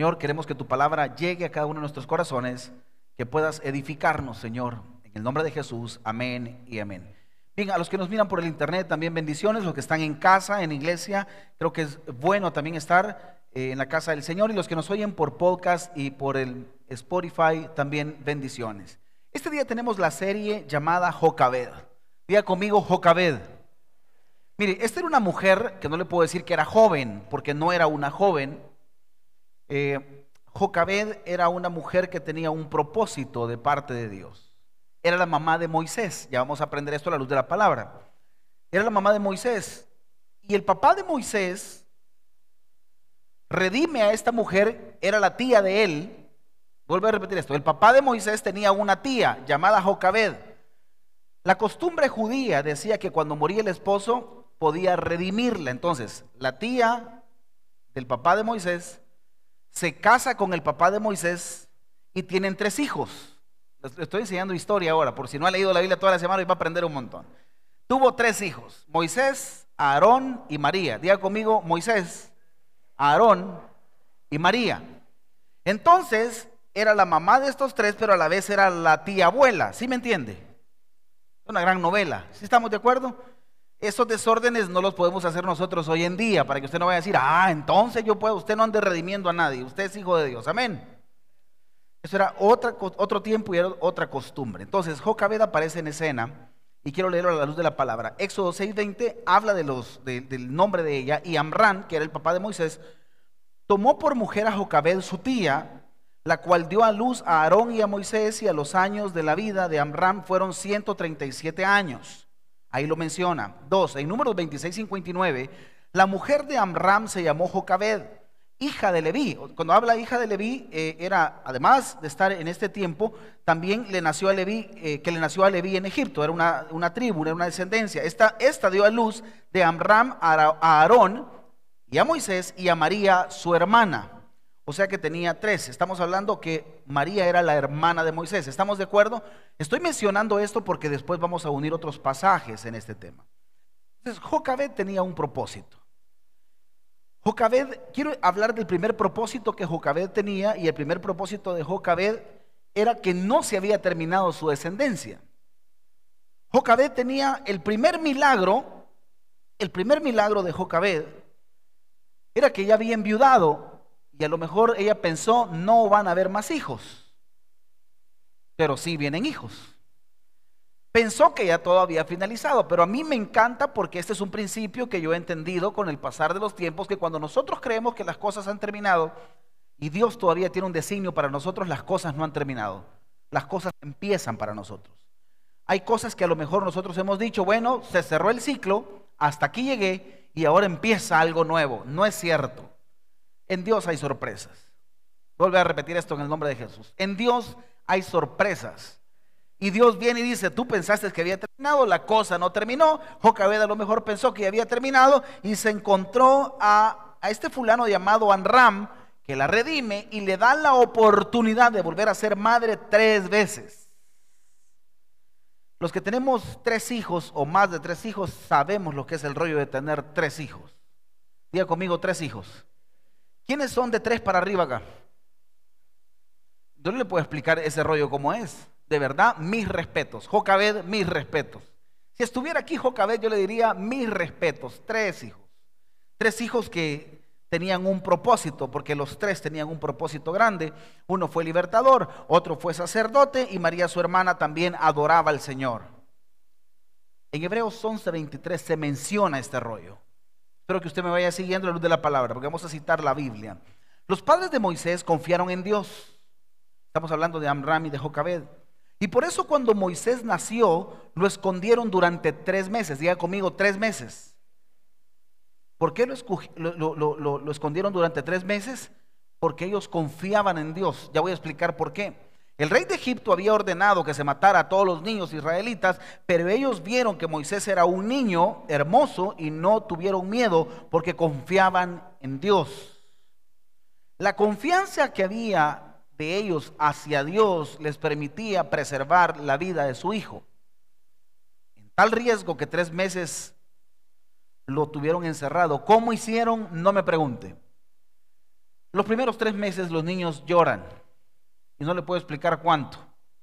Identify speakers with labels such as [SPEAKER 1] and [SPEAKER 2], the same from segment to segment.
[SPEAKER 1] Señor, queremos que tu palabra llegue a cada uno de nuestros corazones, que puedas edificarnos, Señor, en el nombre de Jesús, amén y amén. Bien, a los que nos miran por el internet también bendiciones, los que están en casa, en iglesia, creo que es bueno también estar en la casa del Señor, y los que nos oyen por podcast y por el Spotify también bendiciones. Este día tenemos la serie llamada Jocabed. Diga conmigo Jocabed. Mire, esta era una mujer que no le puedo decir que era joven, porque no era una joven. Jocabed era una mujer que tenía un propósito de parte de Dios. Era la mamá de Moisés. Ya vamos a aprender esto a la luz de la palabra. Era la mamá de Moisés. Y el papá de Moisés redime a esta mujer, era la tía de él. Vuelvo a repetir esto. El papá de Moisés tenía una tía llamada Jocabed. La costumbre judía decía que cuando moría el esposo podía redimirla. Entonces, la tía del papá de Moisés se casa con el papá de Moisés y tienen 3 hijos. Les estoy enseñando historia ahora, por si no ha leído la Biblia toda la semana y va a aprender un montón. Tuvo 3 hijos, Moisés, Aarón y María. Diga conmigo, Moisés, Aarón y María. Entonces, era la mamá de estos 3, pero a la vez era la tía abuela. ¿Sí me entiende? Una gran novela. ¿Sí estamos de acuerdo? Esos desórdenes no los podemos hacer nosotros hoy en día, para que usted no vaya a decir, entonces yo puedo. Usted no ande redimiendo a nadie, usted es hijo de Dios, amén. Eso era otro tiempo y era otra costumbre. Entonces Jocabed aparece en escena, y quiero leerlo a la luz de la palabra. Éxodo 6:20 habla del nombre de ella, y Amram, que era el papá de Moisés, tomó por mujer a Jocabed su tía, la cual dio a luz a Aarón y a Moisés, y a los años de la vida de Amram fueron 137 años. Ahí lo menciona. 2, en Números 26:59, la mujer de Amram se llamó Jocabed, hija de Leví. Cuando habla hija de Leví, era, además de estar en este tiempo, también le nació a Leví, que le nació a Leví en Egipto. Era una tribu, era una descendencia. Esta dio a luz de Amram a Aarón y a Moisés y a María, su hermana. O sea que tenía 3. Estamos hablando que María era la hermana de Moisés. ¿Estamos de acuerdo? Estoy mencionando esto porque después vamos a unir otros pasajes en este tema. Entonces, Jocabed tenía un propósito. Jocabed, quiero hablar del primer propósito que Jocabed tenía, y el primer propósito de Jocabed era que no se había terminado su descendencia. Jocabed tenía el primer milagro de Jocabed era que ella había enviudado. Y a lo mejor ella pensó, no van a haber más hijos, pero sí vienen hijos. Pensó que ya todo había finalizado, pero a mí me encanta porque este es un principio que yo he entendido con el pasar de los tiempos, que cuando nosotros creemos que las cosas han terminado y Dios todavía tiene un designio para nosotros, las cosas no han terminado, las cosas empiezan para nosotros. Hay cosas que a lo mejor nosotros hemos dicho, bueno, se cerró el ciclo, hasta aquí llegué y ahora empieza algo nuevo. No es cierto. En Dios hay sorpresas. Vuelvo a repetir esto en el nombre de Jesús. En Dios hay sorpresas. Y Dios viene y dice, tú pensaste que había terminado, la cosa no terminó. Jocabed a lo mejor pensó que había terminado y se encontró a este fulano llamado Amram, que la redime y le da la oportunidad de volver a ser madre 3 veces. Los que tenemos 3 hijos o más de 3 hijos sabemos lo que es el rollo de tener 3 hijos. Diga conmigo, 3 hijos. ¿Quiénes son de 3 para arriba acá? Yo no le puedo explicar ese rollo como es. De verdad, mis respetos. Jocabed, mis respetos. Si estuviera aquí Jocabed, yo le diría mis respetos. 3 hijos. 3 hijos que tenían un propósito, porque los 3 tenían un propósito grande. Uno fue libertador, otro fue sacerdote, y María, su hermana, también adoraba al Señor. En Hebreos 11:23 se menciona este rollo. Espero que usted me vaya siguiendo a la luz de la palabra, porque vamos a citar la Biblia. Los padres de Moisés confiaron en Dios. Estamos hablando de Amram y de Jocabed. Y por eso cuando Moisés nació, lo escondieron durante 3 meses. Diga conmigo, 3 meses. ¿Por qué lo escondieron durante 3 meses? Porque ellos confiaban en Dios. Ya voy a explicar por qué. El rey de Egipto había ordenado que se matara a todos los niños israelitas, pero ellos vieron que Moisés era un niño hermoso y no tuvieron miedo porque confiaban en Dios. La confianza que había de ellos hacia Dios les permitía preservar la vida de su hijo. En tal riesgo que 3 meses lo tuvieron encerrado. ¿Cómo hicieron? No me pregunte. Los primeros 3 meses los niños lloran y no le puedo explicar cuánto.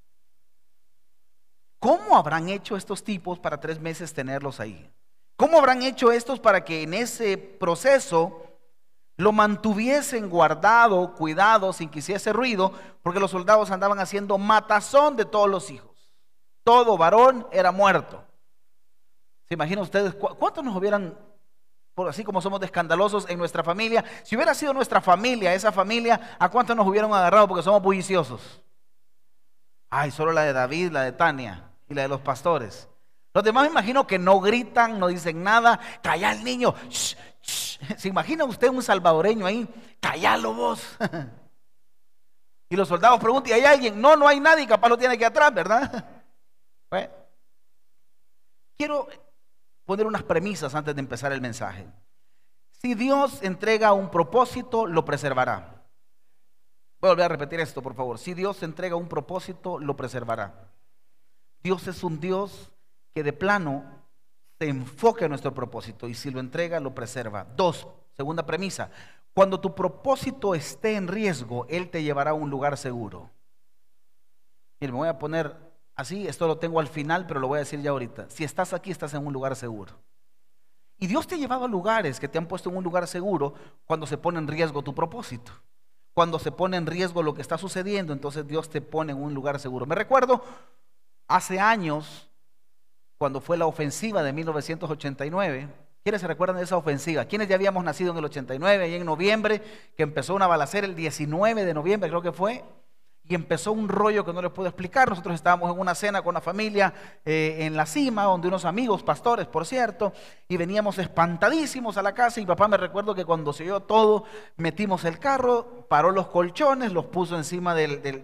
[SPEAKER 1] ¿Cómo habrán hecho estos tipos para 3 meses tenerlos ahí? ¿Cómo habrán hecho estos para que en ese proceso lo mantuviesen guardado, cuidado, sin que hiciese ruido? Porque los soldados andaban haciendo matazón de todos los hijos. Todo varón era muerto. ¿Se imaginan ustedes cuántos nos hubieran, por así como somos de escandalosos en nuestra familia? Si hubiera sido nuestra familia, esa familia, ¿a cuántos nos hubieran agarrado porque somos bulliciosos? Ay, solo la de David, la de Tania y la de los pastores. Los demás me imagino que no gritan, no dicen nada. Calla al niño. Shh, shh. ¿Se imagina usted un salvadoreño ahí? Callalo vos. Y los soldados preguntan, ¿y hay alguien? No, no hay nadie, capaz lo tiene aquí atrás, ¿verdad? Bueno, quiero poner unas premisas antes de empezar el mensaje. Si Dios entrega un propósito, lo preservará. Voy a volver a repetir esto, por favor. Si Dios entrega un propósito, lo preservará. Dios es un Dios que de plano se enfoca en nuestro propósito, y si lo entrega, lo preserva. 2, segunda premisa: cuando tu propósito esté en riesgo, Él te llevará a un lugar seguro. Mire, me voy a poner así, esto lo tengo al final, pero lo voy a decir ya ahorita. Si estás aquí, estás en un lugar seguro. Y Dios te ha llevado a lugares que te han puesto en un lugar seguro cuando se pone en riesgo tu propósito. Cuando se pone en riesgo lo que está sucediendo, entonces Dios te pone en un lugar seguro. Me recuerdo hace años, cuando fue la ofensiva de 1989. ¿Quiénes se recuerdan de esa ofensiva? ¿Quiénes ya habíamos nacido en el 89, ahí en noviembre, que empezó una balacera el 19 de noviembre, creo que fue? Y empezó un rollo que no les puedo explicar. Nosotros estábamos en una cena con la familia en la cima, donde unos amigos, pastores, por cierto, y veníamos espantadísimos a la casa. Y papá, me recuerdo que cuando se oyó todo, metimos el carro, paró los colchones, los puso encima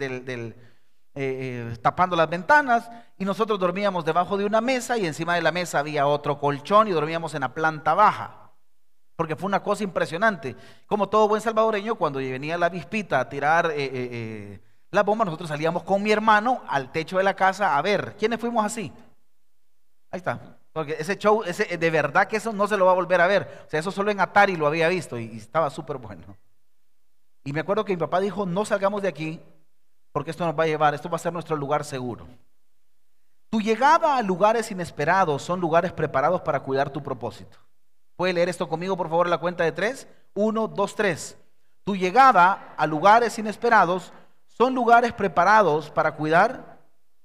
[SPEAKER 1] tapando las ventanas, y nosotros dormíamos debajo de una mesa, y encima de la mesa había otro colchón, y dormíamos en la planta baja, porque fue una cosa impresionante. Como todo buen salvadoreño, cuando venía la avispita a tirar la bomba, nosotros salíamos con mi hermano al techo de la casa a ver. ¿Quiénes fuimos así? Ahí está. Porque ese show, de verdad que eso no se lo va a volver a ver. O sea, eso solo en Atari lo había visto, y estaba súper bueno. Y me acuerdo que mi papá dijo: no salgamos de aquí, porque esto nos va a llevar, esto va a ser nuestro lugar seguro. Tu llegada a lugares inesperados son lugares preparados para cuidar tu propósito. ¿Puede leer esto conmigo, por favor, a la cuenta de 3? 1, 2, 3. Tu llegada a lugares inesperados son lugares preparados para cuidar.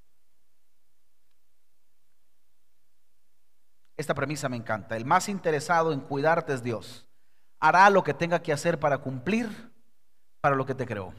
[SPEAKER 1] Esta premisa me encanta. El más interesado en cuidarte es Dios. Hará lo que tenga que hacer para cumplir para lo que te creó.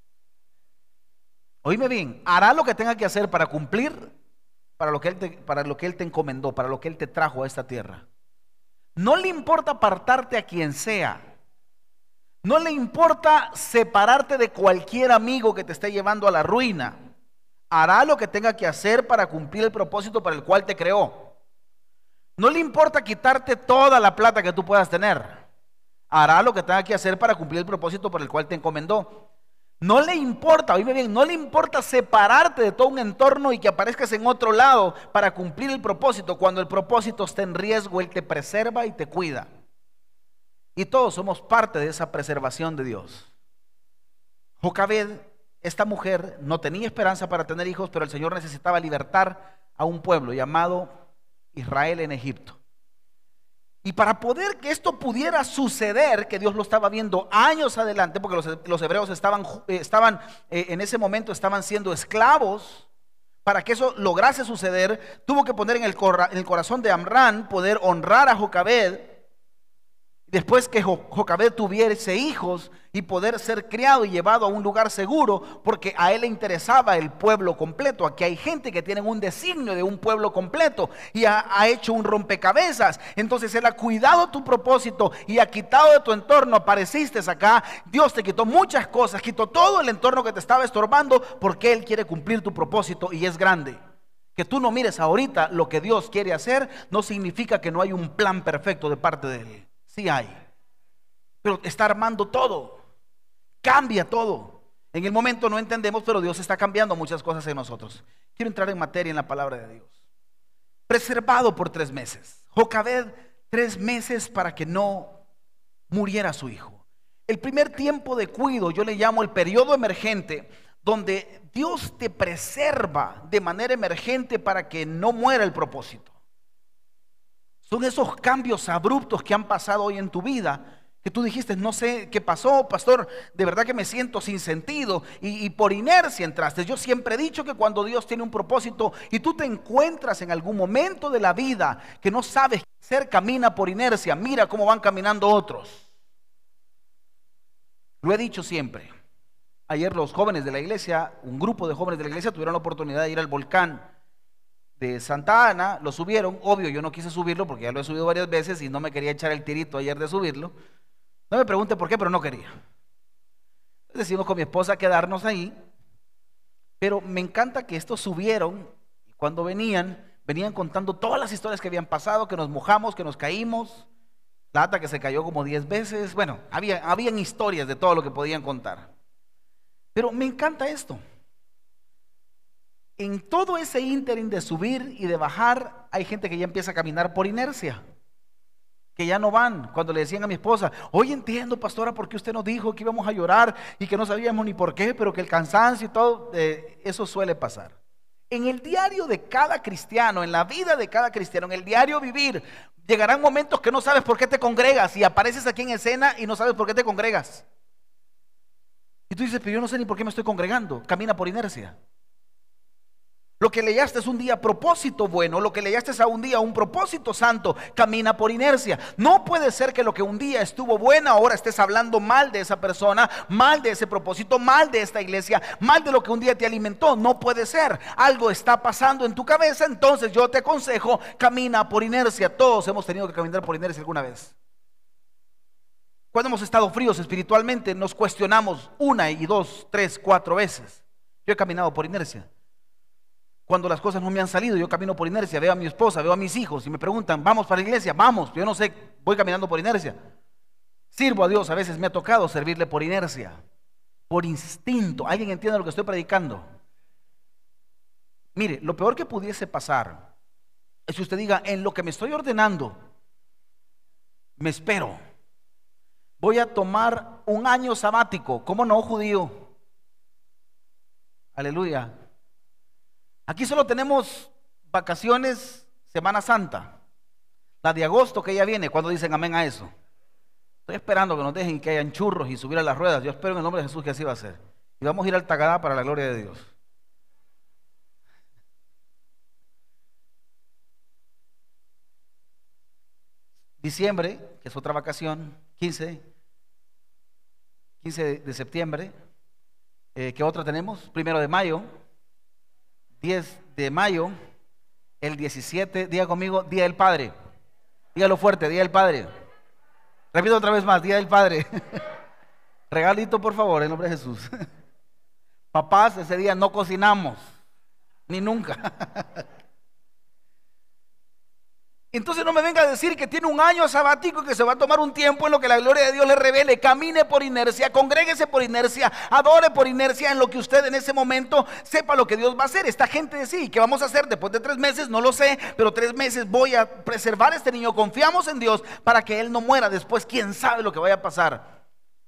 [SPEAKER 1] Oíme bien, hará lo que tenga que hacer para cumplir para lo que Él te encomendó, para lo que Él te trajo a esta tierra. No le importa apartarte a quien sea. No le importa separarte de cualquier amigo que te esté llevando a la ruina. Hará lo que tenga que hacer para cumplir el propósito para el cual te creó. No le importa quitarte toda la plata que tú puedas tener. Hará lo que tenga que hacer para cumplir el propósito por el cual te encomendó. No le importa, oíme bien, no le importa separarte de todo un entorno y que aparezcas en otro lado para cumplir el propósito. Cuando el propósito está en riesgo, Él te preserva y te cuida. Y todos somos parte de esa preservación de Dios. Jocabed, esta mujer, no tenía esperanza para tener hijos, pero el Señor necesitaba libertar a un pueblo llamado Israel en Egipto. Y para poder que esto pudiera suceder, que Dios lo estaba viendo años adelante, porque los hebreos estaban en ese momento estaban siendo esclavos, para que eso lograse suceder, tuvo que poner en el corazón de Amrán poder honrar a Jocabed. Después que Jocabed tuviese hijos y poder ser criado y llevado a un lugar seguro, porque a él le interesaba el pueblo completo. Aquí hay gente que tiene un designio de un pueblo completo y ha hecho un rompecabezas. Entonces Él ha cuidado tu propósito y ha quitado de tu entorno. Apareciste acá, Dios te quitó muchas cosas, quitó todo el entorno que te estaba estorbando, porque Él quiere cumplir tu propósito y es grande. Que tú no mires ahorita lo que Dios quiere hacer no significa que no hay un plan perfecto de parte de Él. Sí hay, pero está armando todo, cambia todo. En el momento no entendemos, pero Dios está cambiando muchas cosas en nosotros. Quiero entrar en materia en la palabra de Dios. Preservado por 3 meses. Jocabed, 3 meses para que no muriera su hijo. El primer tiempo de cuidado yo le llamo el periodo emergente, donde Dios te preserva de manera emergente para que no muera el propósito. Son esos cambios abruptos que han pasado hoy en tu vida, que tú dijiste, no sé qué pasó, pastor, de verdad que me siento sin sentido, y por inercia entraste. Yo siempre he dicho que cuando Dios tiene un propósito y tú te encuentras en algún momento de la vida que no sabes qué hacer, camina por inercia. Mira cómo van caminando otros. Lo he dicho siempre. Ayer los jóvenes de la iglesia, un grupo de jóvenes de la iglesia tuvieron la oportunidad de ir al volcán de Santa Ana, lo subieron. Obvio, yo no quise subirlo porque ya lo he subido varias veces y no me quería echar el tirito ayer de subirlo. No me pregunte por qué, pero no quería. Decidimos con mi esposa quedarnos ahí, pero me encanta que estos subieron y cuando venían contando todas las historias que habían pasado, que nos mojamos, que nos caímos, la ata que se cayó como 10 veces. Bueno, habían historias de todo lo que podían contar. Pero me encanta esto. En todo ese ínterin de subir y de bajar, hay gente que ya empieza a caminar por inercia, que ya no van. Cuando le decían a mi esposa, hoy entiendo, pastora, por qué usted nos dijo que íbamos a llorar y que no sabíamos ni por qué, pero que el cansancio y todo, eso suele pasar. En el diario de cada cristiano, en la vida de cada cristiano, en el diario vivir, llegarán momentos que no sabes por qué te congregas y apareces aquí en escena y no sabes por qué te congregas. Y tú dices, pero yo no sé ni por qué me estoy congregando. Camina por inercia. Lo que leyaste es un día propósito bueno, lo que leyaste es a un día un propósito santo, camina por inercia. No puede ser que lo que un día estuvo bueno, ahora estés hablando mal de esa persona, mal de ese propósito, mal de esta iglesia, mal de lo que un día te alimentó. No puede ser. Algo está pasando en tu cabeza, entonces yo te aconsejo, camina por inercia. Todos hemos tenido que caminar por inercia alguna vez. Cuando hemos estado fríos espiritualmente, nos cuestionamos 1 y 2, 3, 4 veces. Yo he caminado por inercia. Cuando las cosas no me han salido, yo camino por inercia. Veo a mi esposa, veo a mis hijos y me preguntan, ¿vamos para la iglesia? Vamos. Yo no sé, voy caminando por inercia. Sirvo a Dios, a veces me ha tocado servirle por inercia, por instinto. ¿Alguien entiende lo que estoy predicando? Mire, lo peor que pudiese pasar es que usted diga, en lo que me estoy ordenando, me espero. Voy a tomar un año sabático. ¿Cómo no, judío? Aleluya. Aquí solo tenemos vacaciones, Semana Santa, la de agosto que ya viene. ¿Cuándo dicen amén a eso? Estoy esperando que nos dejen que hayan churros y subir a las ruedas. Yo espero en el nombre de Jesús que así va a ser. Y vamos a ir al Tagadá para la gloria de Dios. Diciembre, que es otra vacación, 15 de septiembre. ¿Qué otra tenemos? 1 de mayo. 10 de mayo, el 17, diga conmigo, Día del Padre. Dígalo fuerte, Día del Padre. Repito otra vez más, Día del Padre. Regalito, por favor, en nombre de Jesús. Papás, ese día no cocinamos, ni nunca. Entonces no me venga a decir que tiene un año sabático y que se va a tomar un tiempo en lo que la gloria de Dios le revele. Camine por inercia, congréguese por inercia, adore por inercia, en lo que usted en ese momento sepa lo que Dios va a hacer. Esta gente decide, ¿qué vamos a hacer después de 3 meses? No lo sé, pero 3 meses voy a preservar a este niño. Confiamos en Dios para que él no muera. Después, quién sabe lo que vaya a pasar.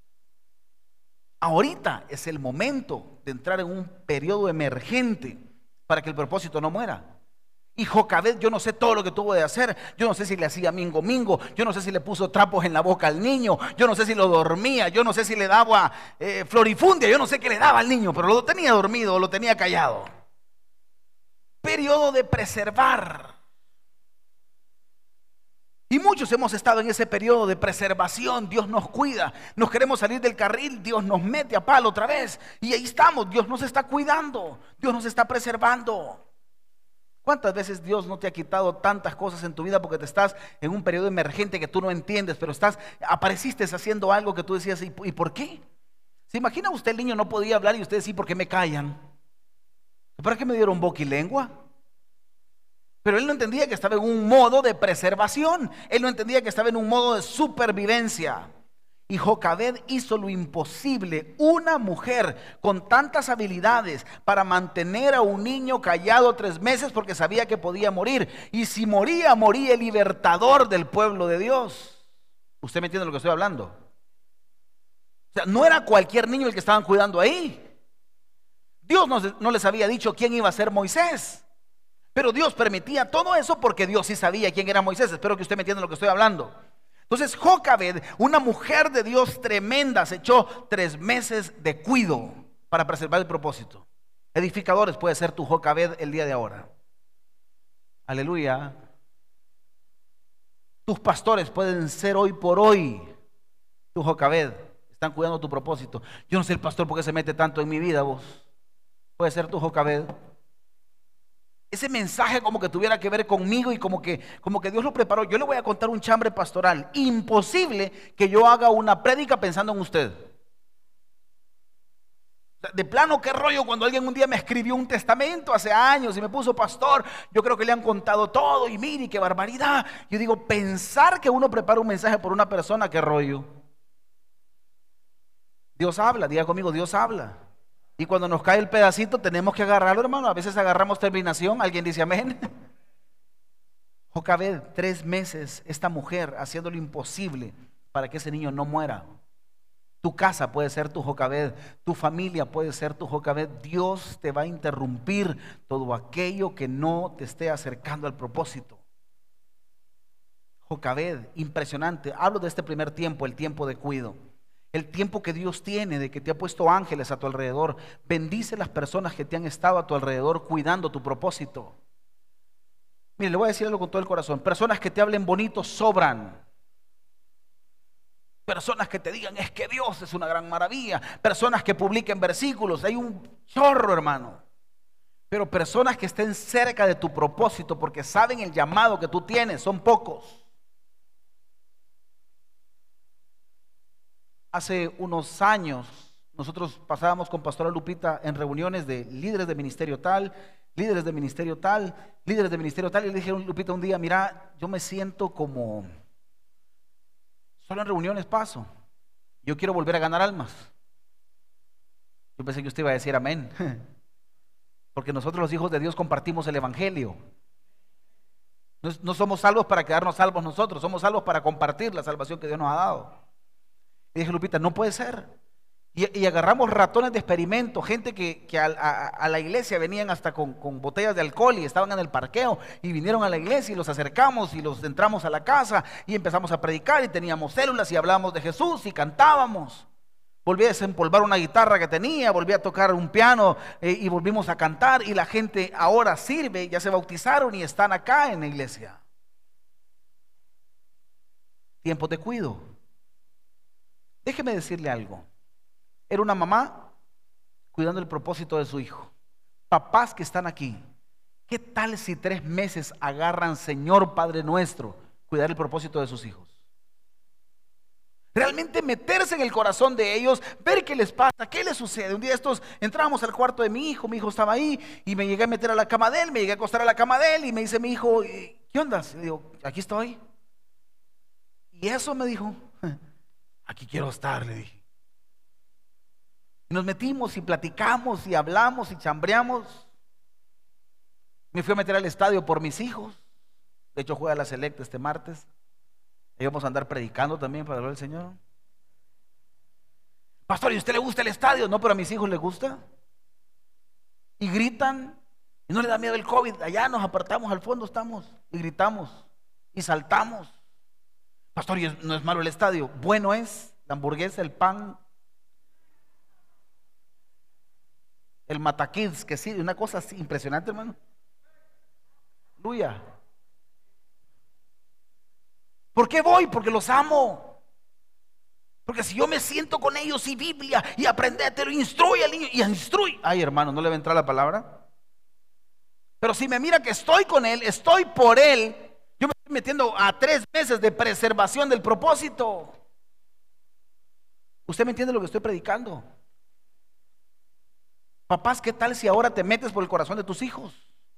[SPEAKER 1] Ahorita es el momento de entrar en un periodo emergente para que el propósito no muera. Y Jocabed, yo no sé todo lo que tuvo de hacer. Yo no sé si le hacía mingo, yo no sé si le puso trapos en la boca al niño, yo no sé si lo dormía, yo no sé si le daba florifundia, yo no sé qué le daba al niño, pero lo tenía dormido, lo tenía callado. Periodo de preservar. Y muchos hemos estado en ese periodo de preservación. Dios nos cuida, nos queremos salir del carril, Dios nos mete a palo otra vez. Y ahí estamos, Dios nos está cuidando, Dios nos está preservando. ¿Cuántas veces Dios no te ha quitado tantas cosas en tu vida porque te estás en un periodo emergente que tú no entiendes, pero apareciste haciendo algo que tú decías, ¿y por qué? ¿Se imagina usted, el niño no podía hablar y usted decía, ¿por qué me callan? ¿Para qué me dieron boca y lengua? Pero él no entendía que estaba en un modo de preservación, él no entendía que estaba en un modo de supervivencia. Y Jocabed hizo lo imposible, una mujer con tantas habilidades para mantener a un niño callado 3 meses porque sabía que podía morir. Y si moría, moría el libertador del pueblo de Dios. ¿Usted me entiende lo que estoy hablando? sea, no era cualquier niño el que estaban cuidando ahí. Dios no les había dicho quién iba a ser Moisés, pero Dios permitía todo eso porque Dios sí sabía quién era Moisés. Espero que usted me entienda lo que estoy hablando. Entonces Jocabed, una mujer de Dios tremenda, se echó 3 meses de cuido para preservar el propósito. Edificadores, puede ser tu Jocabed el día de ahora. Aleluya. Tus pastores pueden ser hoy por hoy tu Jocabed. Están cuidando tu propósito. Yo no sé el pastor por qué se mete tanto en mi vida, vos. Puede ser tu Jocabed. Ese mensaje como que tuviera que ver conmigo y como que Dios lo preparó. Yo le voy a contar un chambre pastoral. Imposible que yo haga una prédica pensando en usted. De plano, qué rollo cuando alguien un día me escribió un testamento hace años y me puso pastor. Yo creo que le han contado todo y mire qué barbaridad. Yo digo, pensar que uno prepara un mensaje por una persona, qué rollo. Dios habla, diga conmigo, Dios habla. Y cuando nos cae el pedacito tenemos que agarrarlo, hermano. A veces agarramos terminación. ¿Alguien dice amén? Jocabed, 3 meses, esta mujer haciendo lo imposible para que ese niño no muera. Tu casa puede ser tu Jocabed, tu familia puede ser tu Jocabed. Dios te va a interrumpir todo aquello que no te esté acercando al propósito. Jocabed, impresionante. Hablo de este primer tiempo, el tiempo de cuido. El tiempo que Dios tiene, de que te ha puesto ángeles a tu alrededor. Bendice las personas que te han estado a tu alrededor cuidando tu propósito. Mire, le voy a decir algo con todo el corazón. Personas que te hablen bonito sobran. Personas que te digan es que Dios es una gran maravilla. Personas que publiquen versículos. Hay un chorro, hermano. Pero personas que estén cerca de tu propósito porque saben el llamado que tú tienes, son pocos. Hace unos años nosotros pasábamos con Pastora Lupita en reuniones de líderes de ministerio tal, líderes de ministerio tal, líderes de ministerio tal. Y le dije a Lupita un día, mira, yo me siento como, solo en reuniones paso. Yo quiero volver a ganar almas. Yo pensé que usted iba a decir amén. Porque nosotros los hijos de Dios compartimos el evangelio. No somos salvos para quedarnos salvos nosotros, somos salvos para compartir la salvación que Dios nos ha dado. Y dije, Lupita, no puede ser. Y agarramos ratones de experimento, gente que a la iglesia venían hasta con botellas de alcohol y estaban en el parqueo y vinieron a la iglesia y los acercamos y los entramos a la casa y empezamos a predicar y teníamos células y hablábamos de Jesús y cantábamos. Volví a desempolvar una guitarra que tenía, volví a tocar un piano y volvimos a cantar y la gente ahora sirve, ya se bautizaron y están acá en la iglesia. Tiempo de cuido. Déjeme decirle algo. Era una mamá cuidando el propósito de su hijo. Papás que están aquí, ¿qué tal si 3 meses agarran, Señor Padre nuestro, cuidar el propósito de sus hijos? Realmente meterse en el corazón de ellos, ver qué les pasa, qué les sucede. Un día estos entramos al cuarto de mi hijo estaba ahí y me llegué a meter a la cama de él, me llegué a acostar a la cama de él y me dice mi hijo, ¿qué onda? Y digo, aquí estoy. Y eso me dijo, aquí quiero estar, le dije. Y nos metimos y platicamos y hablamos y chambreamos. Me fui a meter al estadio por mis hijos. De hecho juega la Selecta este martes. Y vamos a andar predicando también para hablar del Señor. Pastor, ¿y a usted le gusta el estadio? No, pero a mis hijos les gusta. Y gritan. Y no le da miedo el COVID. Allá nos apartamos, al fondo estamos. Y gritamos. Y saltamos. Pastor, ¿y no es malo el estadio? Bueno es la hamburguesa, el pan, el mataquids, que sí, una cosa así impresionante, hermano. Aleluya. ¿Por qué voy? Porque los amo. Porque si yo me siento con ellos y Biblia y aprendértelo, instruye al niño y instruye. Ay, hermano, ¿no le va a entrar la palabra? Pero si me mira que estoy con él, estoy por él, yo me estoy metiendo a 3 meses de preservación del propósito. ¿Usted me entiende lo que estoy predicando? Papás, ¿qué tal si ahora te metes por el corazón de tus hijos?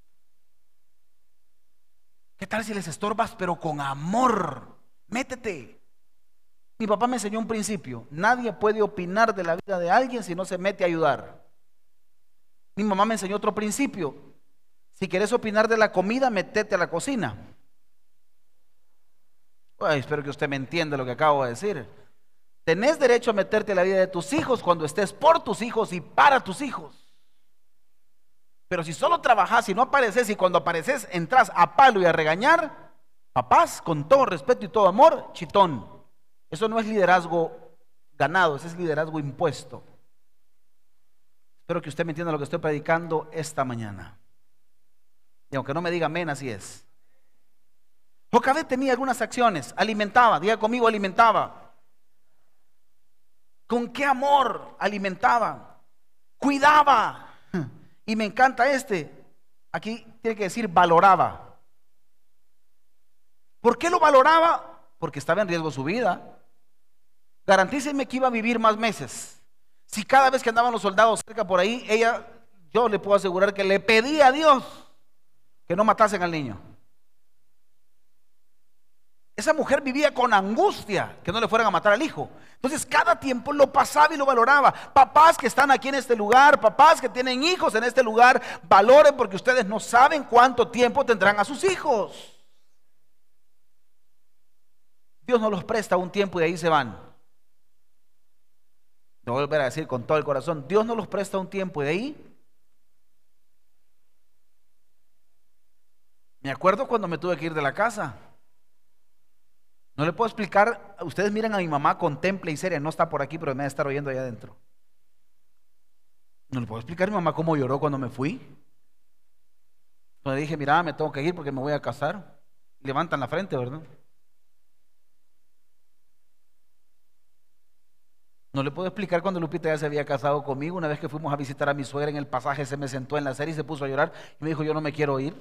[SPEAKER 1] ¿Qué tal si les estorbas pero con amor? Métete. Mi papá me enseñó un principio: nadie puede opinar de la vida de alguien si no se mete a ayudar. Mi mamá me enseñó otro principio: si quieres opinar de la comida, métete a la cocina. Ay, espero que usted me entienda lo que acabo de decir. Tenés derecho a meterte en la vida de tus hijos cuando estés por tus hijos y para tus hijos. Pero si solo trabajas y no apareces, y cuando apareces entras a palo y a regañar, papás, con todo respeto y todo amor, chitón. Eso no es liderazgo ganado, ese es liderazgo impuesto. Espero que usted me entienda lo que estoy predicando esta mañana. Y aunque no me diga amén, así es. Jocabed tenía algunas acciones, alimentaba, diga conmigo, alimentaba. ¿Con qué amor alimentaba? Cuidaba. Y me encanta aquí tiene que decir valoraba. ¿Por qué lo valoraba? Porque estaba en riesgo su vida. Garantícenme que iba a vivir más meses. Si cada vez que andaban los soldados cerca por ahí, yo le puedo asegurar que le pedía a Dios que no matasen al niño. Esa mujer vivía con angustia que no le fueran a matar al hijo. Entonces cada tiempo lo pasaba y lo valoraba. Papás que están aquí en este lugar, papás que tienen hijos en este lugar, valoren, porque ustedes no saben cuánto tiempo tendrán a sus hijos. Dios no los presta un tiempo y de ahí se van. Lo voy a volver a decir con todo el corazón. Dios no los presta un tiempo y de ahí. Me acuerdo cuando me tuve que ir de la casa. No le puedo explicar. Ustedes miran a mi mamá contemple y seria. No está por aquí, pero me debe estar oyendo allá adentro. No le puedo explicar a mi mamá cómo lloró cuando me fui. Cuando le dije, mira, me tengo que ir porque me voy a casar. Levantan la frente, ¿verdad? No le puedo explicar cuando Lupita ya se había casado conmigo. Una vez que fuimos a visitar a mi suegra en el pasaje, se me sentó en la acera y se puso a llorar y me dijo, yo no me quiero ir.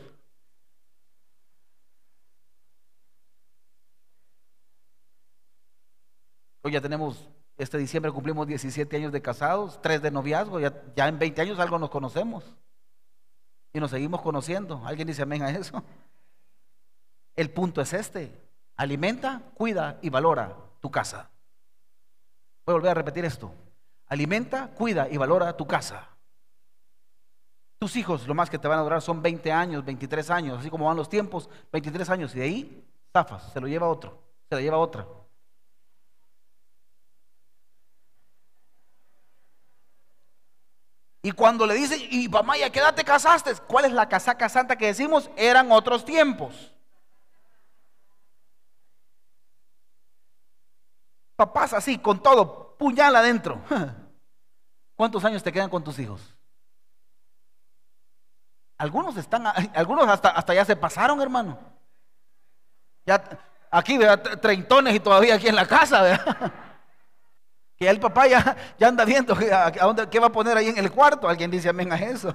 [SPEAKER 1] Hoy ya tenemos, este diciembre cumplimos 17 años de casados, 3 de noviazgo, ya en 20 años algo nos conocemos y nos seguimos conociendo. ¿Alguien dice amén a eso? El punto es alimenta, cuida y valora tu casa. Voy a volver a repetir esto: alimenta, cuida y valora tu casa. Tus hijos lo más que te van a durar son 20 años, 23 años, así como van los tiempos, 23 años, y de ahí zafas, se lo lleva otro, se la lleva otra. Y cuando le dicen, y mamá, ¿ya qué edad te casaste? ¿Cuál es la casaca santa que decimos? Eran otros tiempos. Papás así, con todo, puñal adentro. ¿Cuántos años te quedan con tus hijos? Algunos hasta ya se pasaron, hermano. Ya aquí, ¿verdad? Treintones y todavía aquí en la casa, ¿verdad? Que ya el papá ya anda viendo qué va a poner ahí en el cuarto. Alguien dice amén a eso.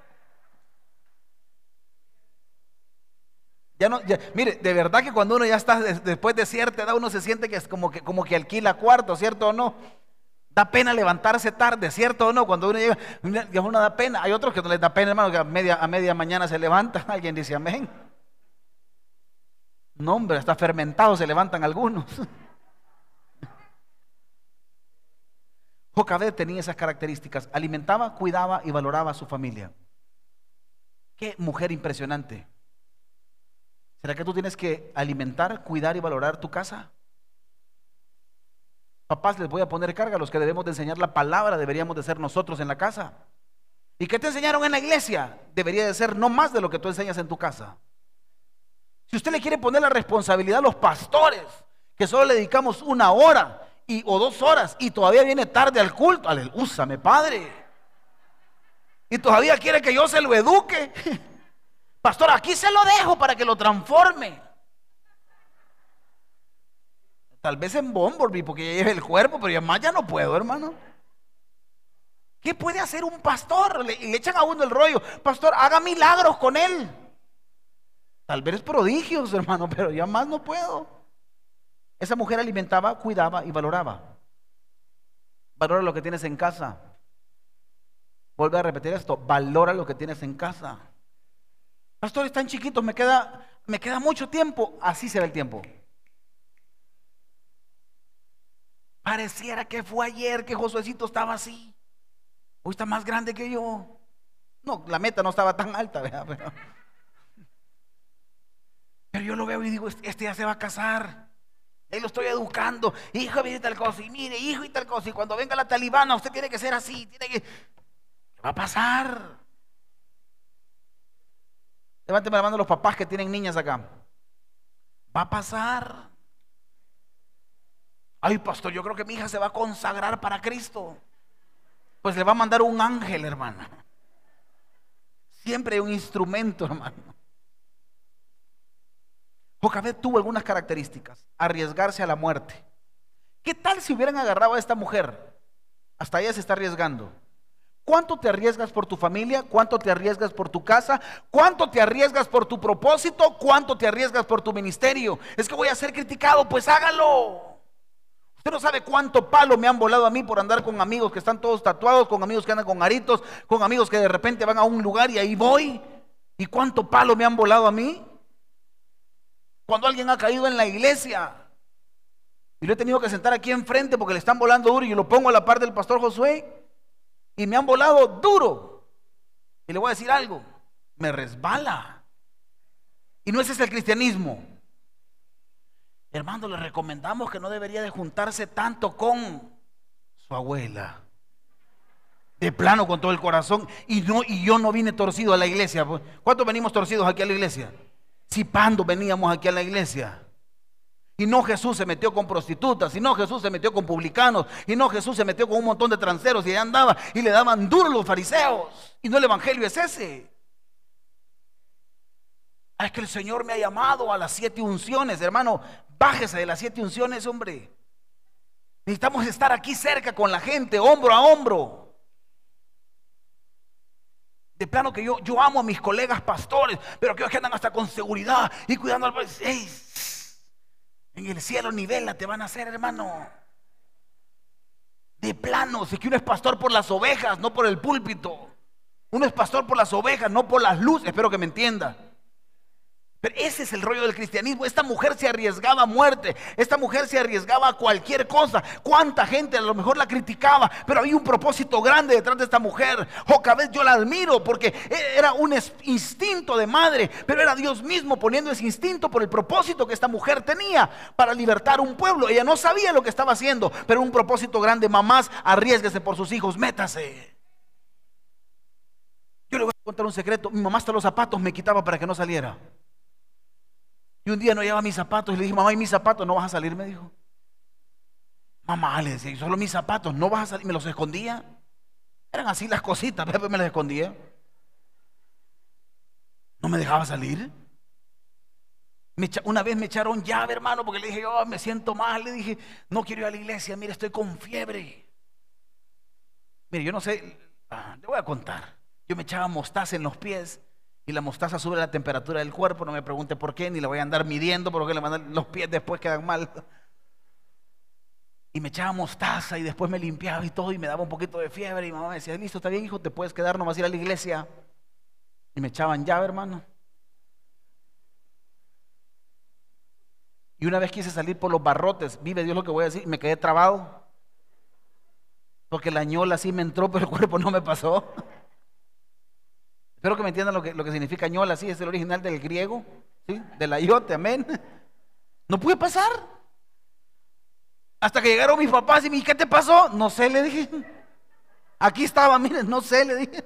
[SPEAKER 1] Mire, de verdad que cuando uno ya está después de cierta edad, uno se siente que es como que alquila cuarto, ¿cierto o no? Da pena levantarse tarde, ¿cierto o no? Cuando uno llega, uno da pena. Hay otros que no les da pena, hermano, que a media mañana se levanta. Alguien dice amén. No, hombre, hasta fermentados se levantan algunos. Jocabed tenía esas características: alimentaba, cuidaba y valoraba a su familia. Qué mujer impresionante. ¿Será que tú tienes que alimentar, cuidar y valorar tu casa? Papás, les voy a poner carga. Los que debemos de enseñar la palabra deberíamos de ser nosotros en la casa. ¿Y qué te enseñaron en la iglesia? Debería de ser no más de lo que tú enseñas en tu casa. Si usted le quiere poner la responsabilidad a los pastores, que solo le dedicamos 1 hora o 2 horas y todavía viene tarde al culto, úsame, Padre. Y todavía quiere que yo se lo eduque. Pastor, aquí se lo dejo para que lo transforme. Tal vez en Bumblebee, porque ya lleve el cuerpo, pero ya más ya no puedo, hermano. ¿Qué puede hacer un pastor? Le echan a uno el rollo. Pastor, haga milagros con él. Tal vez prodigios, hermano, pero ya más no puedo. Esa mujer alimentaba, cuidaba y valoraba. Valora lo que tienes en casa. Vuelve a repetir esto: valora lo que tienes en casa. Pastor, están chiquitos, me queda mucho tiempo. Así se ve el tiempo. Pareciera que fue ayer que Josuecito estaba así. Hoy está más grande que yo. No, la meta no estaba tan alta, ¿verdad? Pero yo lo veo y digo, este ya se va a casar. Ahí lo estoy educando. Hijo, mire tal cosa. Y mire, hijo, y tal cosa. Y cuando venga la talibana, usted tiene que ser así. ¿Qué va a pasar? Levánteme la mano los papás que tienen niñas acá. Va a pasar. Ay, pastor, yo creo que mi hija se va a consagrar para Cristo. Pues le va a mandar un ángel, hermana. Siempre hay un instrumento, hermano. Jocabed tuvo algunas características. Arriesgarse a la muerte. ¿Qué tal si hubieran agarrado a esta mujer? Hasta ella se está arriesgando. ¿Cuánto te arriesgas por tu familia? ¿Cuánto te arriesgas por tu casa? ¿Cuánto te arriesgas por tu propósito? ¿Cuánto te arriesgas por tu ministerio? Es que voy a ser criticado, pues hágalo. Usted no sabe cuánto palo me han volado a mí por andar con amigos que están todos tatuados, con amigos que andan con aritos, con amigos que de repente van a un lugar y ahí voy. ¿Y cuánto palo me han volado a mí? Cuando alguien ha caído en la iglesia y lo he tenido que sentar aquí enfrente porque le están volando duro y yo lo pongo a la par del pastor Josué y me han volado duro. Y le voy a decir algo, me resbala. Y no ese es el cristianismo. Hermano, le recomendamos que no debería de juntarse tanto con su abuela. De plano, con todo el corazón. Y yo no vine torcido a la iglesia. ¿Cuántos venimos torcidos aquí a la iglesia? Cipando veníamos aquí a la iglesia. Y no Jesús se metió con prostitutas, y no Jesús se metió con publicanos, y no Jesús se metió con un montón de transeros y allá andaba y le daban duro los fariseos. Y no el evangelio es ese. Es que el Señor me ha llamado a las 7 unciones, hermano. Bájese de las 7 unciones, hombre. Necesitamos estar aquí cerca con la gente, hombro a hombro. De plano que yo amo a mis colegas pastores, pero que andan hasta con seguridad y cuidando al país. ¡Ey! En el cielo nivela te van a hacer, hermano. De plano, si que uno es pastor por las ovejas, no por el púlpito. Uno es pastor por las ovejas, no por las luces. Espero que me entienda. Pero ese es el rollo del cristianismo. Esta mujer se arriesgaba a muerte. Esta mujer se arriesgaba a cualquier cosa. Cuánta gente a lo mejor la criticaba, pero había un propósito grande detrás de esta mujer. Jocabed, yo la admiro porque era un instinto de madre, pero era Dios mismo poniendo ese instinto por el propósito que esta mujer tenía para libertar un pueblo. Ella no sabía lo que estaba haciendo, pero un propósito grande. Mamás, arriésguese por sus hijos, métase. Yo le voy a contar un secreto. Mi mamá hasta los zapatos me quitaba para que no saliera. Y un día no llevaba mis zapatos y le dije, mamá, ¿y mis zapatos? ¿No vas a salir? Me dijo. Mamá, le decía, solo mis zapatos, ¿no vas a salir? Me los escondía. Eran así las cositas, pero me las escondía. No me dejaba salir. Una vez me echaron llave, hermano, porque le dije, yo me siento mal. Le dije, no quiero ir a la iglesia, mire, estoy con fiebre. Mire, yo no sé, le voy a contar. Yo me echaba mostaza en los pies. Y la mostaza sube la temperatura del cuerpo. No me pregunte por qué, ni la voy a andar midiendo, porque los pies después quedan mal. Y me echaba mostaza y después me limpiaba y todo, y me daba un poquito de fiebre. Y mamá me decía, listo, está bien, hijo, te puedes quedar, nomás ir a la iglesia. Y me echaban llave, hermano. Y una vez quise salir por los barrotes, vive Dios lo que voy a decir, y me quedé trabado. Porque la ñola sí me entró, pero el cuerpo no me pasó. Espero que me entiendan lo que significa ñola, sí, es el original del griego, ¿sí? Del ayote, amén. No pude pasar. Hasta que llegaron mis papás y me dijeron, ¿qué te pasó? No sé, le dije. Aquí estaba, miren, no sé, le dije.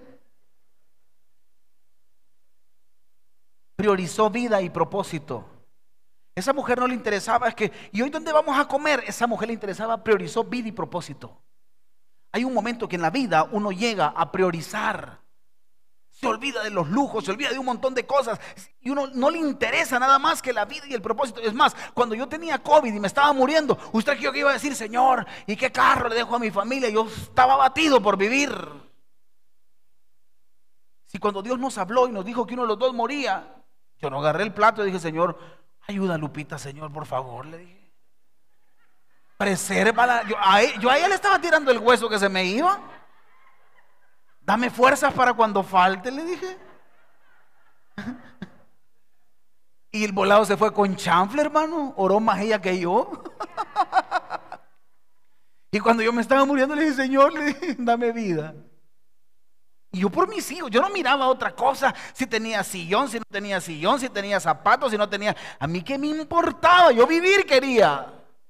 [SPEAKER 1] Priorizó vida y propósito. Esa mujer no le interesaba, es que, ¿y hoy dónde vamos a comer? Esa mujer le interesaba, priorizó vida y propósito. Hay un momento que en la vida uno llega a priorizar. Se olvida de los lujos, se olvida de un montón de cosas y uno no le interesa nada más que la vida y el propósito. Es más, cuando yo tenía COVID y me estaba muriendo, ¿usted creyó que iba a decir, Señor, ¿y qué carro le dejo a mi familia? Yo estaba abatido por vivir. Si cuando Dios nos habló y nos dijo que uno de los dos moría, yo no agarré el plato y dije, Señor, ayuda a Lupita, Señor, por favor, le dije. Presérvala. Yo a ella le estaba tirando el hueso que se me iba. Dame fuerzas para cuando falte, le dije. Y el volado se fue con chanfle, hermano. Oró más ella que yo. Y cuando yo me estaba muriendo, le dije, Señor, le dije, dame vida. Y yo por mis hijos, yo no miraba otra cosa. Si tenía sillón, si no tenía sillón, si tenía zapatos, si no tenía. A mí qué me importaba, yo vivir quería.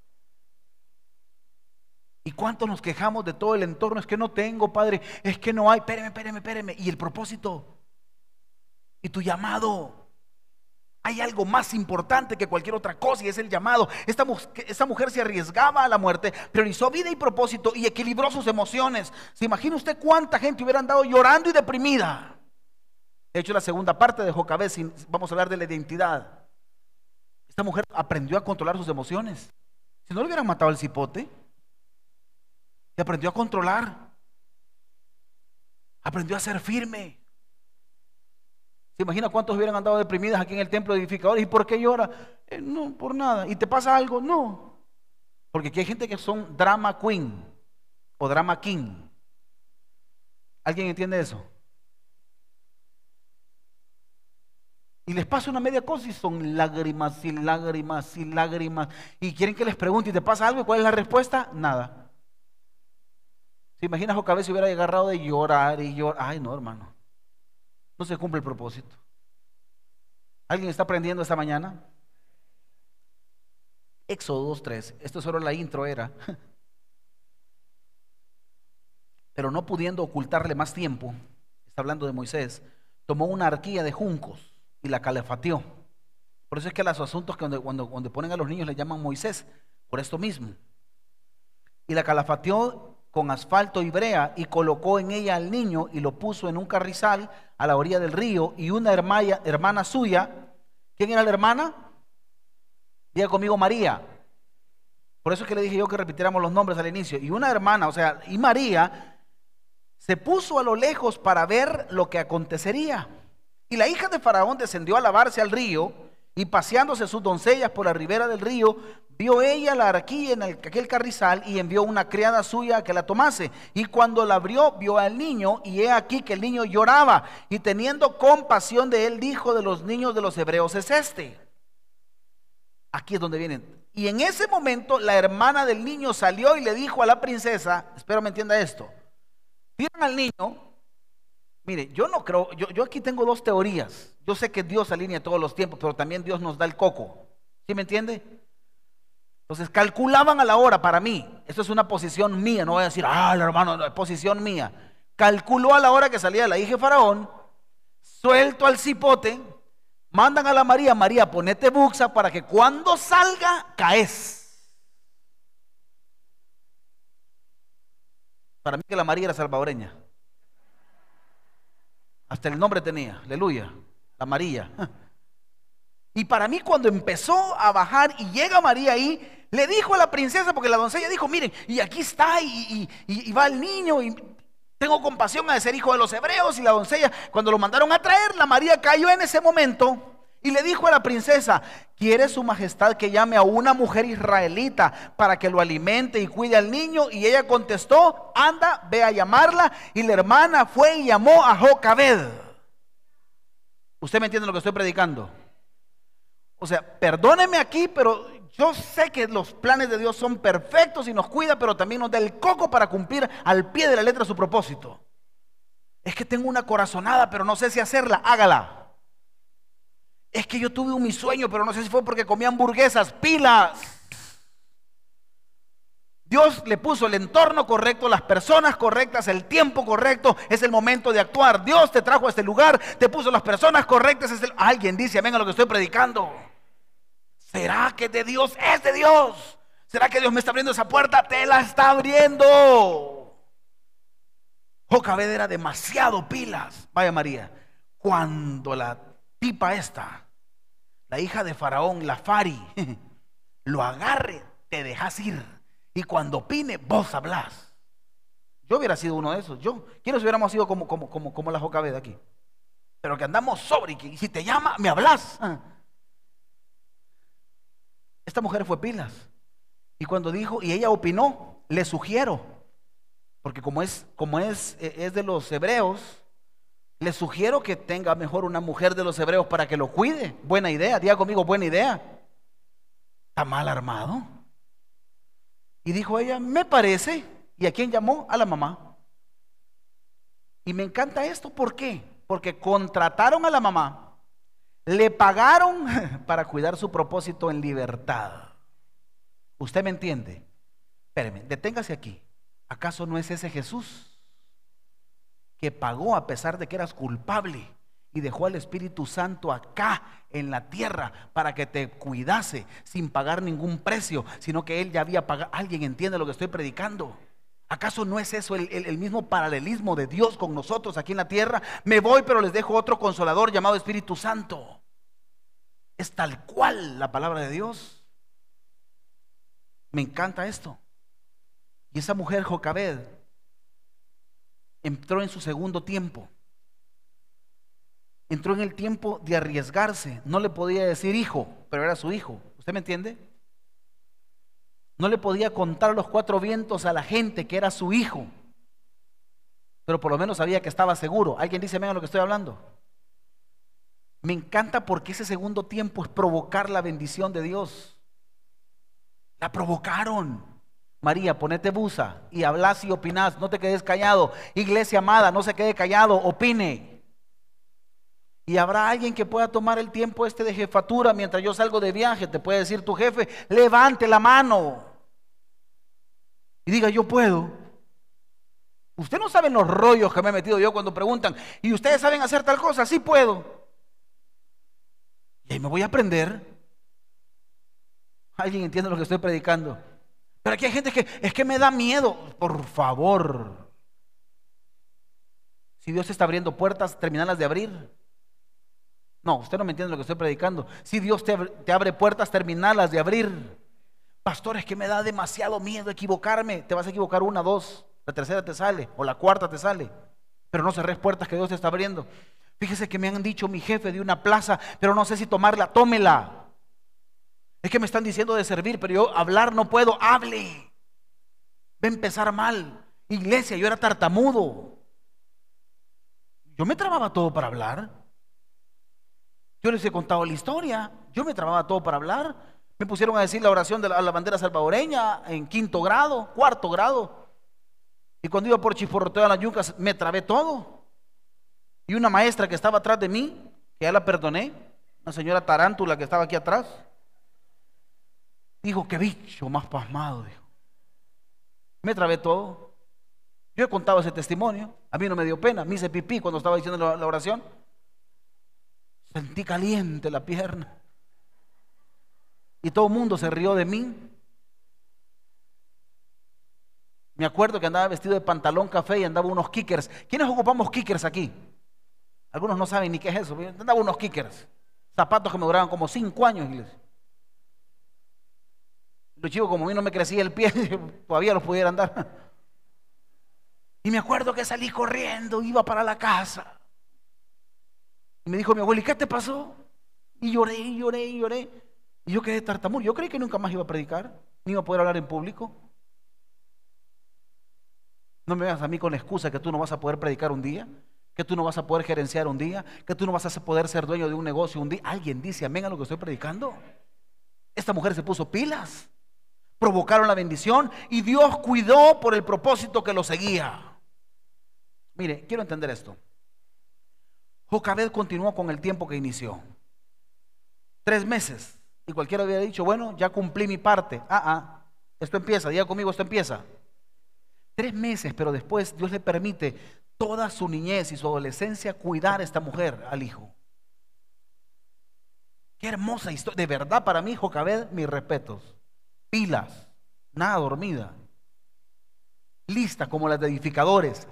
[SPEAKER 1] ¿Y cuántos nos quejamos de todo el entorno? Es que no tengo, Padre, es que no hay, espéreme. ¿Y el propósito? ¿Y tu llamado? Hay algo más importante que cualquier otra cosa y es el llamado. Esta mujer se arriesgaba a la muerte, priorizó vida y propósito y equilibró sus emociones. ¿Se imagina usted cuánta gente hubiera andado llorando y deprimida? De hecho, la segunda parte de Jocabed, vamos a hablar de la identidad. Esta mujer aprendió a controlar sus emociones. Si no le hubieran matado al cipote, se aprendió a controlar, aprendió a ser firme. ¿Se imagina cuántos hubieran andado deprimidas aquí en el templo de edificadores? ¿Y por qué llora? No, por nada. ¿Y te pasa algo? No. Porque aquí hay gente que son drama queen o drama king. ¿Alguien entiende eso? Y les pasa una media cosa y son lágrimas y lágrimas y lágrimas. Y quieren que les pregunte, ¿y te pasa algo? ¿Y cuál es la respuesta? Nada. ¿Se imagina Jocabed si hubiera agarrado de llorar y llorar? Ay, no, hermano. No se cumple el propósito. ¿Alguien está aprendiendo esta mañana? Éxodo 2:3. Esto solo la intro era. Pero no pudiendo ocultarle más tiempo, está hablando de Moisés, tomó una arquilla de juncos y la calafateó. Por eso es que a los asuntos que cuando ponen a los niños le llaman Moisés, por esto mismo. Y la calafateó con asfalto y brea y colocó en ella al niño y lo puso en un carrizal a la orilla del río. Y una hermana suya, ¿quién era la hermana? Diga conmigo, María. Por eso es que le dije yo que repitiéramos los nombres al inicio. Y una hermana, y María se puso a lo lejos para ver lo que acontecería. Y la hija de Faraón descendió a lavarse al río y paseándose sus doncellas por la ribera del río, vio ella la arquilla en aquel carrizal y envió una criada suya a que la tomase. Y cuando la abrió, vio al niño y he aquí que el niño lloraba. Y teniendo compasión de él, dijo: de los niños de los hebreos es este. Aquí es donde vienen. Y en ese momento la hermana del niño salió y le dijo a la princesa, espero me entienda esto, tiran al niño. Mire, yo no creo, yo aquí tengo dos teorías. Yo sé que Dios alinea todos los tiempos, pero también Dios nos da el coco. ¿Sí me entiende? Entonces calculaban a la hora para mí. Esto es una posición mía, no voy a decir, hermano, no, es posición mía. Calculó a la hora que salía la hija de Faraón, suelto al cipote, mandan a la María, María, ponete buxa para que cuando salga, caes. Para mí que la María era salvadoreña. Hasta el nombre tenía, aleluya, la María. Y para mí cuando empezó a bajar y llega María ahí, le dijo a la princesa, porque la doncella dijo, miren, y aquí está, y va el niño, y tengo compasión a de ser hijo de los hebreos. Y la doncella, cuando lo mandaron a traer, la María cayó en ese momento y le dijo a la princesa, ¿quiere su majestad que llame a una mujer israelita para que lo alimente y cuide al niño? Y ella contestó, anda, ve a llamarla. Y la hermana fue y llamó a Jocabed. ¿Usted me entiende lo que estoy predicando? O sea, perdóneme aquí, pero yo sé que los planes de Dios son perfectos y nos cuida, pero también nos da el coco para cumplir al pie de la letra su propósito. Es que tengo una corazonada, pero no sé si hacerla, hágala. Es que yo tuve mi sueño, pero no sé si fue porque comí hamburguesas, pilas. Dios le puso el entorno correcto, las personas correctas, el tiempo correcto, es el momento de actuar. Dios te trajo a este lugar, te puso las personas correctas. Alguien dice amén a lo que estoy predicando. ¿Será que de Dios? Es de Dios. ¿Será que Dios me está abriendo esa puerta? Te la está abriendo. Jocabed era demasiado pilas. Vaya María, cuando la tipa esta, la hija de Faraón, la Fari, lo agarre, te dejas ir. Y cuando opine, vos hablás. Yo hubiera sido uno de esos. ¿Quiénes hubiéramos sido como la Jocabed aquí? Pero que andamos sobre y si te llama, me hablas. Esta mujer fue pilas. Y cuando dijo, y ella opinó, le sugiero, porque como es de los hebreos, le sugiero que tenga mejor una mujer de los hebreos para que lo cuide. Buena idea, diga conmigo, buena idea. ¿Está mal armado? Y dijo ella, me parece. ¿Y a quién llamó? A la mamá. Y me encanta esto, ¿por qué? Porque contrataron a la mamá, le pagaron para cuidar su propósito en libertad. ¿Usted me entiende? Espéreme, deténgase aquí. ¿Acaso no es ese Jesús que pagó a pesar de que eras culpable y dejó al Espíritu Santo acá en la tierra para que te cuidase sin pagar ningún precio, sino que Él ya había pagado? ¿Alguien entiende lo que estoy predicando? ¿Acaso no es eso el mismo paralelismo de Dios con nosotros aquí en la tierra? Me voy, pero les dejo otro consolador llamado Espíritu Santo. Es tal cual la palabra de Dios. Me encanta esto. Y esa mujer Jocabed entró en su segundo tiempo. Entró en el tiempo de arriesgarse. No le podía decir hijo, pero era su hijo. ¿Usted me entiende? No le podía contar a los cuatro vientos a la gente que era su hijo, pero por lo menos sabía que estaba seguro. ¿Alguien dice amén a lo que estoy hablando? Me encanta porque ese segundo tiempo es provocar la bendición de Dios. La provocaron. María, ponete busa y hablas y opinás, no te quedes callado. Iglesia amada, no se quede callado, opine. Y habrá alguien que pueda tomar el tiempo de jefatura mientras yo salgo de viaje. Te puede decir tu jefe, levante la mano y diga, yo puedo. Usted no sabe los rollos que me he metido yo cuando preguntan, ¿y ustedes saben hacer tal cosa? Sí puedo. Y ahí me voy a aprender. ¿Alguien entiende lo que estoy predicando? Pero aquí hay gente que es que me da miedo. Por favor, si Dios está abriendo puertas, terminarlas de abrir. No, usted no me entiende lo que estoy predicando. Si Dios te abre puertas, terminarlas de abrir. Pastor, es que me da demasiado miedo equivocarme. Te vas a equivocar una, dos, la tercera te sale o la cuarta te sale, pero no cerres puertas que Dios te está abriendo. Fíjese que me han dicho mi jefe de una plaza, pero no sé si tomarla. Tómela. Es que me están diciendo de servir, pero yo hablar no puedo. Hable. Va a empezar mal. Iglesia, yo era tartamudo. Yo me trababa todo para hablar. Yo les he contado la historia. Yo me trababa todo para hablar. Me pusieron a decir la oración de la bandera salvadoreña en quinto grado, cuarto grado. Y cuando iba por Chisporroteo a las Yucas, me trabé todo. Y una maestra que estaba atrás de mí, que ya la perdoné, una señora tarántula que estaba aquí atrás, dijo, qué bicho más pasmado, dijo. Me trabé todo. Yo he contado ese testimonio. A mí no me dio pena. Me hice pipí cuando estaba diciendo la oración. Sentí caliente la pierna. Y todo el mundo se rió de mí. Me acuerdo que andaba vestido de pantalón café y andaba unos kickers. ¿Quiénes ocupamos kickers aquí? Algunos no saben ni qué es eso. Andaba unos kickers. Zapatos que me duraban como 5 años, iglesia. Los chicos, como a mí no me crecía el pie, todavía los pudiera andar. Y me acuerdo que salí corriendo, iba para la casa. Y me dijo mi abuelo, ¿y qué te pasó? Y lloré, y lloré, y lloré. Y yo quedé tartamudo. Yo creí que nunca más iba a predicar, ni iba a poder hablar en público. No me veas a mí con la excusa que tú no vas a poder predicar un día, que tú no vas a poder gerenciar un día, que tú no vas a poder ser dueño de un negocio un día. ¿Alguien dice amén a lo que estoy predicando? Esta mujer se puso pilas. Provocaron la bendición y Dios cuidó por el propósito que lo seguía. Mire, quiero entender esto. Jocabed continuó con el tiempo que inició. 3 meses. Y cualquiera hubiera dicho, bueno, ya cumplí mi parte. Esto empieza, diga conmigo, esto empieza. 3 meses, pero después Dios le permite toda su niñez y su adolescencia cuidar a esta mujer, al hijo. Qué hermosa historia. De verdad, para mí, Jocabed, mis respetos. Pilas, nada dormida, lista como las de edificadores.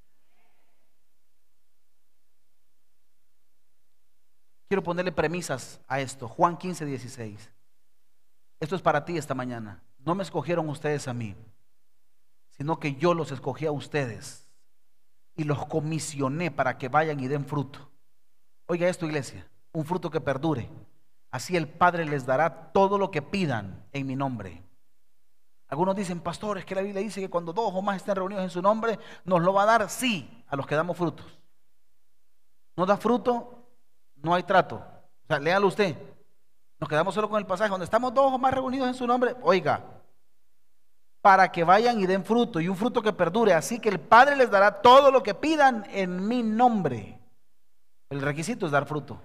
[SPEAKER 1] Quiero ponerle premisas a esto. Juan 15:16. Esto es para ti esta mañana. No me escogieron ustedes a mí, sino que yo los escogí a ustedes y los comisioné para que vayan y den fruto. Oiga esto, iglesia, un fruto que perdure. Así el Padre les dará todo lo que pidan en mi nombre. Algunos dicen, pastor, es que la Biblia dice que cuando 2 o más estén reunidos en su nombre, nos lo va a dar. Sí, a los que damos frutos. No da fruto, no hay trato. O sea, léalo usted. Nos quedamos solo con el pasaje. Donde estamos 2 o más reunidos en su nombre, oiga, para que vayan y den fruto, y un fruto que perdure. Así que el Padre les dará todo lo que pidan en mi nombre. El requisito es dar fruto.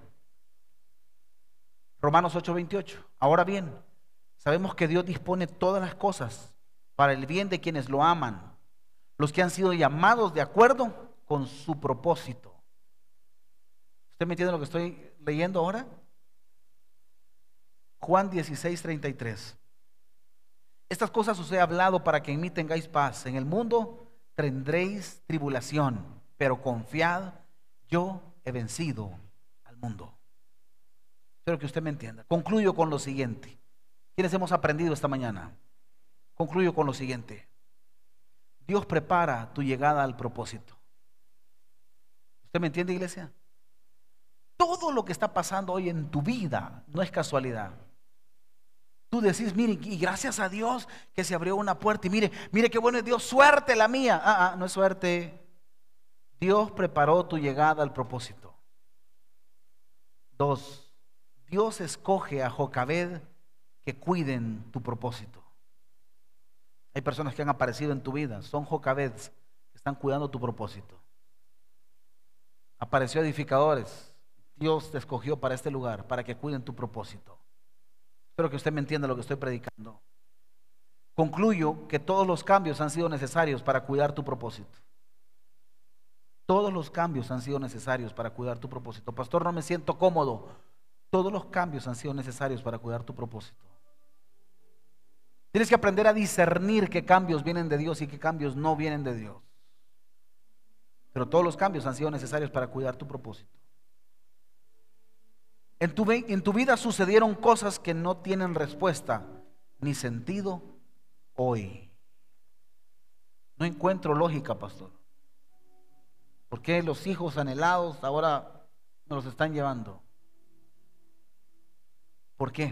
[SPEAKER 1] Romanos 8:28. Ahora bien, sabemos que Dios dispone todas las cosas para el bien de quienes lo aman, los que han sido llamados de acuerdo con su propósito. ¿Usted me entiende lo que estoy leyendo ahora? Juan 16:33. Estas cosas os he hablado para que en mí tengáis paz. En el mundo tendréis tribulación, pero confiad, yo he vencido al mundo. Espero que usted me entienda. Concluyo con lo siguiente. ¿Quiénes hemos aprendido esta mañana? Concluyo con lo siguiente. Dios prepara tu llegada al propósito. ¿Usted me entiende, iglesia? Todo lo que está pasando hoy en tu vida no es casualidad. Tú decís, mire, y gracias a Dios que se abrió una puerta, y mire qué bueno es Dios, suerte la mía. No es suerte. Dios preparó tu llegada al propósito. 2, Dios escoge a Jocabed que cuiden tu propósito. Hay personas que han aparecido en tu vida, son Jocabeds que están cuidando tu propósito. Apareció edificadores. Dios te escogió para este lugar, para que cuiden tu propósito. Espero que usted me entienda lo que estoy predicando. Concluyo que todos los cambios han sido necesarios para cuidar tu propósito. Todos los cambios han sido necesarios para cuidar tu propósito. Pastor, no me siento cómodo. Todos los cambios han sido necesarios para cuidar tu propósito. Tienes que aprender a discernir qué cambios vienen de Dios y qué cambios no vienen de Dios. Pero todos los cambios han sido necesarios para cuidar tu propósito. En tu vida sucedieron cosas que no tienen respuesta ni sentido hoy. No encuentro lógica, pastor. ¿Por qué los hijos anhelados ahora nos los están llevando? ¿Por qué?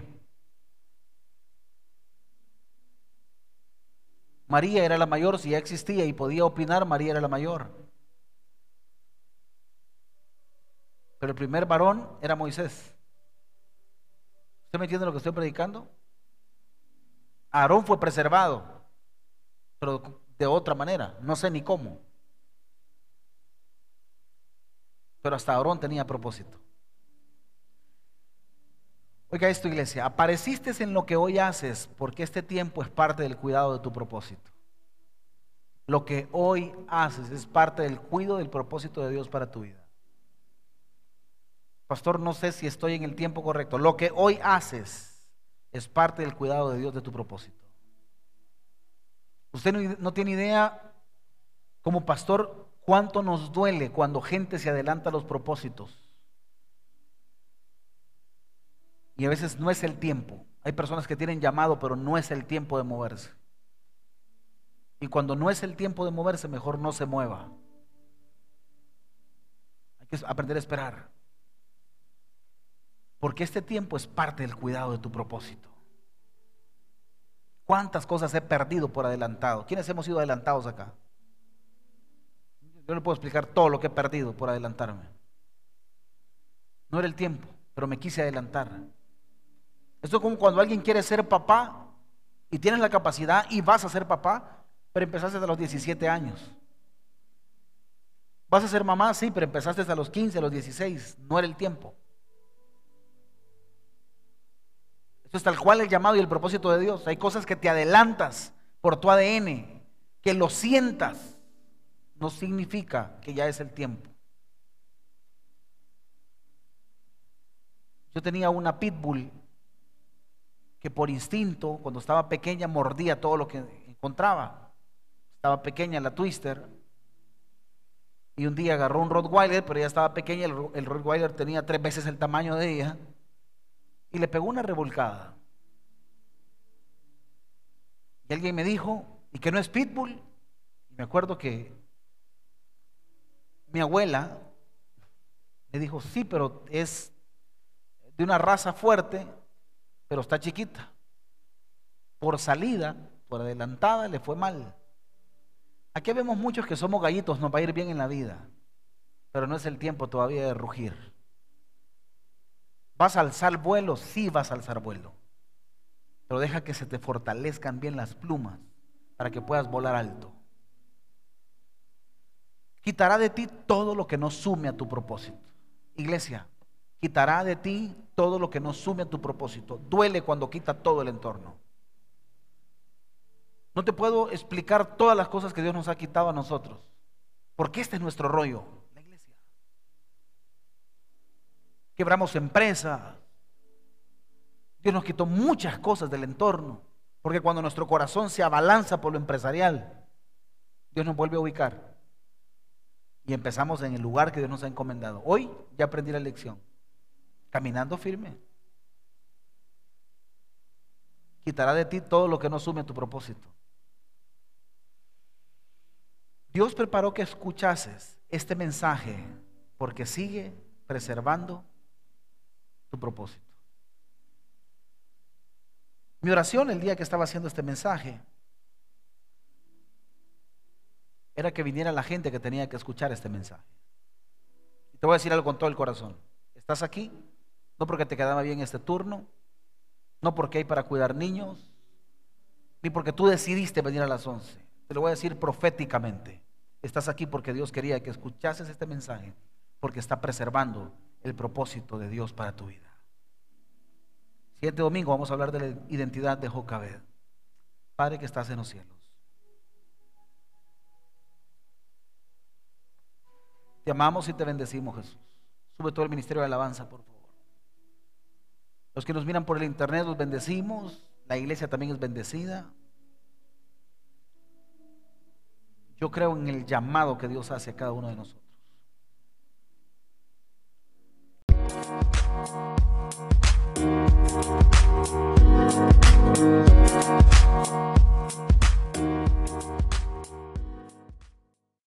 [SPEAKER 1] María era la mayor, si ya existía y podía opinar, María era la mayor. Pero el primer varón era Moisés. ¿Usted me entiende lo que estoy predicando? Aarón fue preservado, pero de otra manera, no sé ni cómo. Pero hasta Aarón tenía propósito. Oiga esto, iglesia, apareciste en lo que hoy haces porque este tiempo es parte del cuidado de tu propósito. Lo que hoy haces es parte del cuidado del propósito de Dios para tu vida. Pastor, no sé si estoy en el tiempo correcto. Lo que hoy haces es parte del cuidado de Dios de tu propósito. Usted no tiene idea, como pastor, cuánto nos duele cuando gente se adelanta a los propósitos. Y a veces no es el tiempo. Hay personas que tienen llamado, pero no es el tiempo de moverse. Y cuando no es el tiempo de moverse, mejor no se mueva. Hay que aprender a esperar. Porque este tiempo es parte del cuidado de tu propósito. ¿Cuántas cosas he perdido por adelantado? ¿Quiénes hemos sido adelantados acá? Yo le puedo explicar todo lo que he perdido por adelantarme. No era el tiempo, pero me quise adelantar. Esto es como cuando alguien quiere ser papá y tienes la capacidad y vas a ser papá, pero empezaste a los 17 años. ¿Vas a ser mamá? Sí, pero empezaste a los 15, a los 16. No era el tiempo. Esto es tal cual el llamado y el propósito de Dios. Hay cosas que te adelantas por tu ADN, que lo sientas, no significa que ya es el tiempo. Yo tenía una pitbull que por instinto, cuando estaba pequeña, mordía todo lo que encontraba. Estaba pequeña la Twister. Y un día agarró un Rottweiler, pero ella estaba pequeña, el Rottweiler tenía 3 veces el tamaño de ella, y le pegó una revolcada. Y alguien me dijo, ¿y que no es pitbull? Y me acuerdo que mi abuela me dijo, sí, pero es de una raza fuerte, pero está chiquita. Por salida, por adelantada, le fue mal. Aquí vemos muchos que somos gallitos, nos va a ir bien en la vida, pero no es el tiempo todavía de rugir. ¿Vas a alzar vuelo? Sí, vas a alzar vuelo, pero deja que se te fortalezcan bien las plumas para que puedas volar alto. Quitará de ti todo lo que no sume a tu propósito. Iglesia, quitará de ti todo lo que no sume a tu propósito. Duele cuando quita todo el entorno. No te puedo explicar todas las cosas que Dios nos ha quitado a nosotros, porque este es nuestro rollo, la iglesia. Quebramos empresas. Dios nos quitó muchas cosas del entorno, porque cuando nuestro corazón se abalanza por lo empresarial, Dios nos vuelve a ubicar y empezamos en el lugar que Dios nos ha encomendado. Hoy ya aprendí la lección, caminando firme. Quitará de ti todo lo que no sume a tu propósito. Dios preparó que escuchases este mensaje porque sigue preservando tu propósito. Mi oración el día que estaba haciendo este mensaje era que viniera la gente que tenía que escuchar este mensaje. Y te voy a decir algo con todo el corazón. Estás aquí no porque te quedaba bien este turno, no porque hay para cuidar niños, ni porque tú decidiste venir a las 11. Te lo voy a decir proféticamente. Estás aquí porque Dios quería que escuchases este mensaje, porque está preservando el propósito de Dios para tu vida. Siguiente domingo vamos a hablar de la identidad de Jocabed. Padre que estás en los cielos, te amamos y te bendecimos, Jesús. Sube todo el ministerio de alabanza, por favor. Los que nos miran por el internet los bendecimos. La iglesia también es bendecida. Yo creo en el llamado que Dios hace a cada uno de nosotros.